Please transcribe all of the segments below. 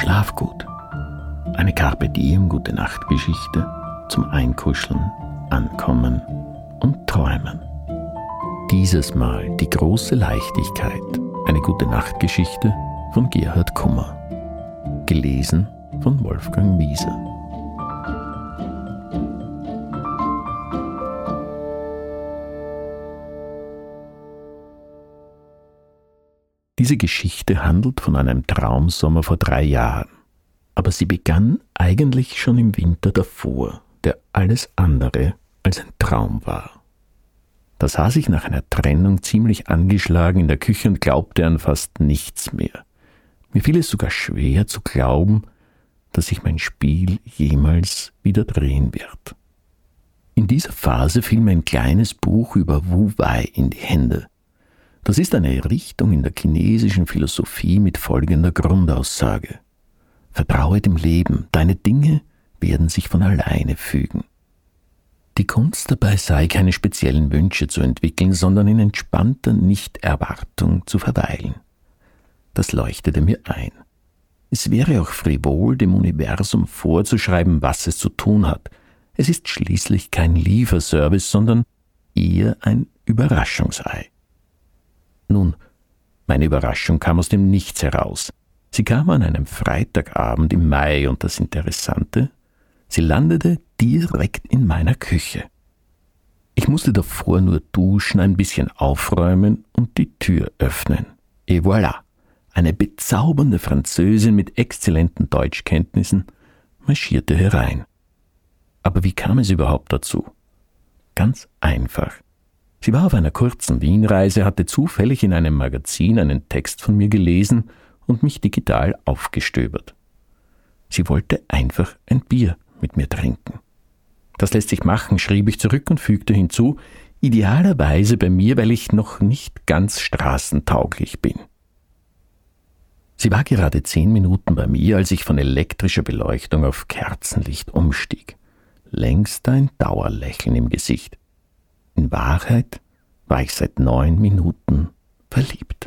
Schlaf gut. Eine Carpe Diem Gute-Nacht-Geschichte zum Einkuscheln, Ankommen und Träumen. Dieses Mal die große Leichtigkeit. Eine Gute-Nacht-Geschichte von Gerhard Kummer. Gelesen von Wolfgang Wieser. Diese Geschichte handelt von einem Traumsommer vor 3 Jahren. Aber sie begann eigentlich schon im Winter davor, der alles andere als ein Traum war. Da saß ich nach einer Trennung ziemlich angeschlagen in der Küche und glaubte an fast nichts mehr. Mir fiel es sogar schwer zu glauben, dass sich mein Spiel jemals wieder drehen wird. In dieser Phase fiel mir ein kleines Buch über Wu Wei in die Hände. Das ist eine Richtung in der chinesischen Philosophie mit folgender Grundaussage: Vertraue dem Leben, deine Dinge werden sich von alleine fügen. Die Kunst dabei sei, keine speziellen Wünsche zu entwickeln, sondern in entspannter Nichterwartung zu verweilen. Das leuchtete mir ein. Es wäre auch frivol, dem Universum vorzuschreiben, was es zu tun hat. Es ist schließlich kein Lieferservice, sondern eher ein Überraschungsei. Nun, meine Überraschung kam aus dem Nichts heraus. Sie kam an einem Freitagabend im Mai und das Interessante, sie landete direkt in meiner Küche. Ich musste davor nur duschen, ein bisschen aufräumen und die Tür öffnen. Et voilà, eine bezaubernde Französin mit exzellenten Deutschkenntnissen marschierte herein. Aber wie kam es überhaupt dazu? Ganz einfach. Sie war auf einer kurzen Wienreise, hatte zufällig in einem Magazin einen Text von mir gelesen und mich digital aufgestöbert. Sie wollte einfach ein Bier mit mir trinken. Das lässt sich machen, schrieb ich zurück und fügte hinzu, idealerweise bei mir, weil ich noch nicht ganz straßentauglich bin. Sie war gerade 10 Minuten bei mir, als ich von elektrischer Beleuchtung auf Kerzenlicht umstieg. Längst ein Dauerlächeln im Gesicht. In Wahrheit war ich seit 9 Minuten verliebt.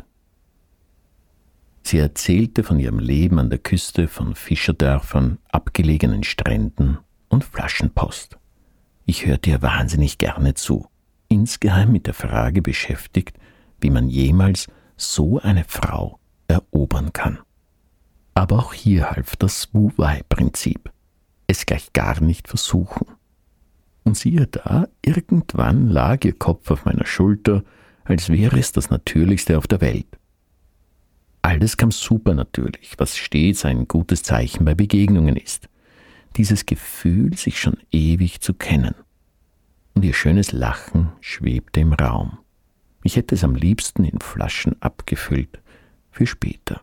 Sie erzählte von ihrem Leben an der Küste, von Fischerdörfern, abgelegenen Stränden und Flaschenpost. Ich hörte ihr wahnsinnig gerne zu, insgeheim mit der Frage beschäftigt, wie man jemals so eine Frau erobern kann. Aber auch hier half das Wu-Wei-Prinzip. Es gleich gar nicht versuchen. Und siehe da, irgendwann lag ihr Kopf auf meiner Schulter, als wäre es das Natürlichste auf der Welt. Alles kam super natürlich, was stets ein gutes Zeichen bei Begegnungen ist. Dieses Gefühl, sich schon ewig zu kennen. Und ihr schönes Lachen schwebte im Raum. Ich hätte es am liebsten in Flaschen abgefüllt für später.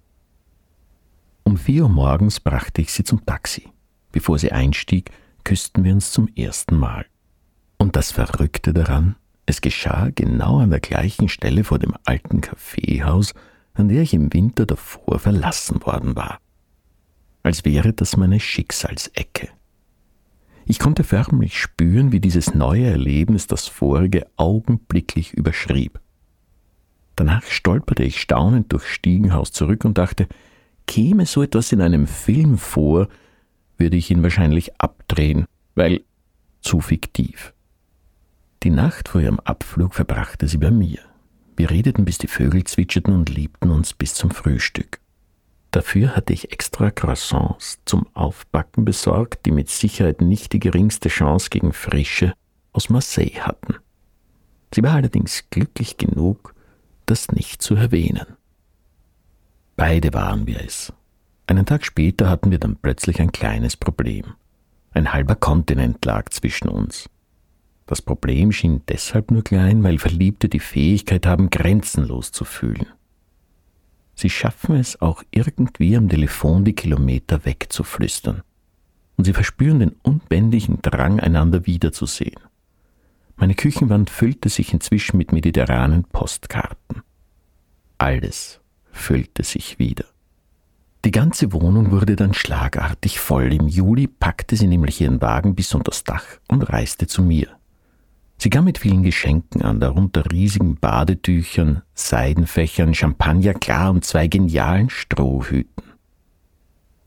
Um 4 Uhr morgens brachte ich sie zum Taxi. Bevor sie einstieg, küssten wir uns zum ersten Mal. Und das Verrückte daran, es geschah genau an der gleichen Stelle vor dem alten Kaffeehaus, an der ich im Winter davor verlassen worden war. Als wäre das meine Schicksalsecke. Ich konnte förmlich spüren, wie dieses neue Erlebnis das vorige augenblicklich überschrieb. Danach stolperte ich staunend durchs Stiegenhaus zurück und dachte, käme so etwas in einem Film vor, würde ich ihn wahrscheinlich abdrehen, weil zu fiktiv. Die Nacht vor ihrem Abflug verbrachte sie bei mir. Wir redeten, bis die Vögel zwitscherten und liebten uns bis zum Frühstück. Dafür hatte ich extra Croissants zum Aufbacken besorgt, die mit Sicherheit nicht die geringste Chance gegen Frische aus Marseille hatten. Sie war allerdings glücklich genug, das nicht zu erwähnen. Beide waren wir es. Einen Tag später hatten wir dann plötzlich ein kleines Problem. Ein halber Kontinent lag zwischen uns. Das Problem schien deshalb nur klein, weil Verliebte die Fähigkeit haben, grenzenlos zu fühlen. Sie schaffen es auch irgendwie am Telefon die Kilometer wegzuflüstern. Und sie verspüren den unbändigen Drang, einander wiederzusehen. Meine Küchenwand füllte sich inzwischen mit mediterranen Postkarten. Alles füllte sich wieder. Die ganze Wohnung wurde dann schlagartig voll. Im Juli packte sie nämlich ihren Wagen bis unters Dach und reiste zu mir. Sie kam mit vielen Geschenken an, darunter riesigen Badetüchern, Seidenfächern, Champagner, klar und 2 genialen Strohhüten.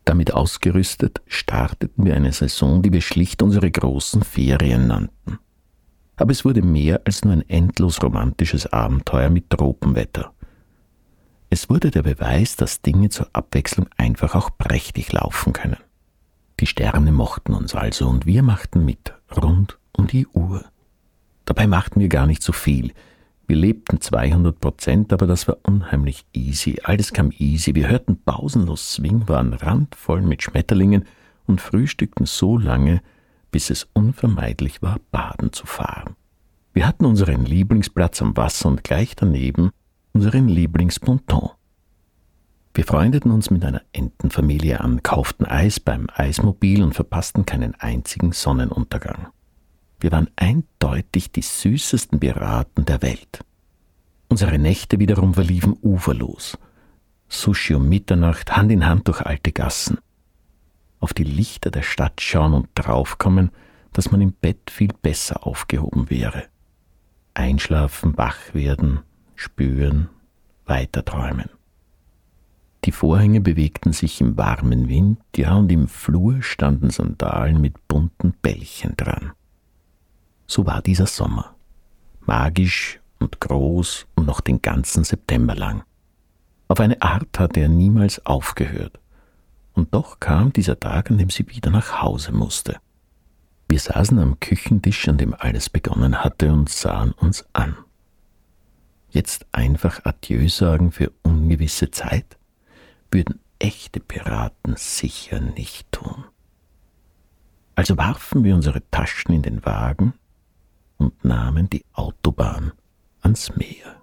Damit ausgerüstet starteten wir eine Saison, die wir schlicht unsere großen Ferien nannten. Aber es wurde mehr als nur ein endlos romantisches Abenteuer mit Tropenwetter. Es wurde der Beweis, dass Dinge zur Abwechslung einfach auch prächtig laufen können. Die Sterne mochten uns also und wir machten mit, rund um die Uhr. Dabei machten wir gar nicht so viel. Wir lebten 200%, aber das war unheimlich easy. Alles kam easy. Wir hörten pausenlos Swing, waren randvoll mit Schmetterlingen und frühstückten so lange, bis es unvermeidlich war, baden zu fahren. Wir hatten unseren Lieblingsplatz am Wasser und gleich daneben unseren Lieblingsponton. Wir freundeten uns mit einer Entenfamilie an, kauften Eis beim Eismobil und verpassten keinen einzigen Sonnenuntergang. Wir waren eindeutig die süßesten Piraten der Welt. Unsere Nächte wiederum verliefen uferlos. Sushi um Mitternacht, Hand in Hand durch alte Gassen. Auf die Lichter der Stadt schauen und draufkommen, dass man im Bett viel besser aufgehoben wäre. Einschlafen, wach werden, spüren, weiterträumen. Die Vorhänge bewegten sich im warmen Wind, ja, und im Flur standen Sandalen mit bunten Bällchen dran. So war dieser Sommer. Magisch und groß und noch den ganzen September lang. Auf eine Art hatte er niemals aufgehört. Und doch kam dieser Tag, an dem sie wieder nach Hause musste. Wir saßen am Küchentisch, an dem alles begonnen hatte, und sahen uns an. Jetzt einfach Adieu sagen für ungewisse Zeit? Würden echte Piraten sicher nicht tun. Also warfen wir unsere Taschen in den Wagen und nahmen die Autobahn ans Meer.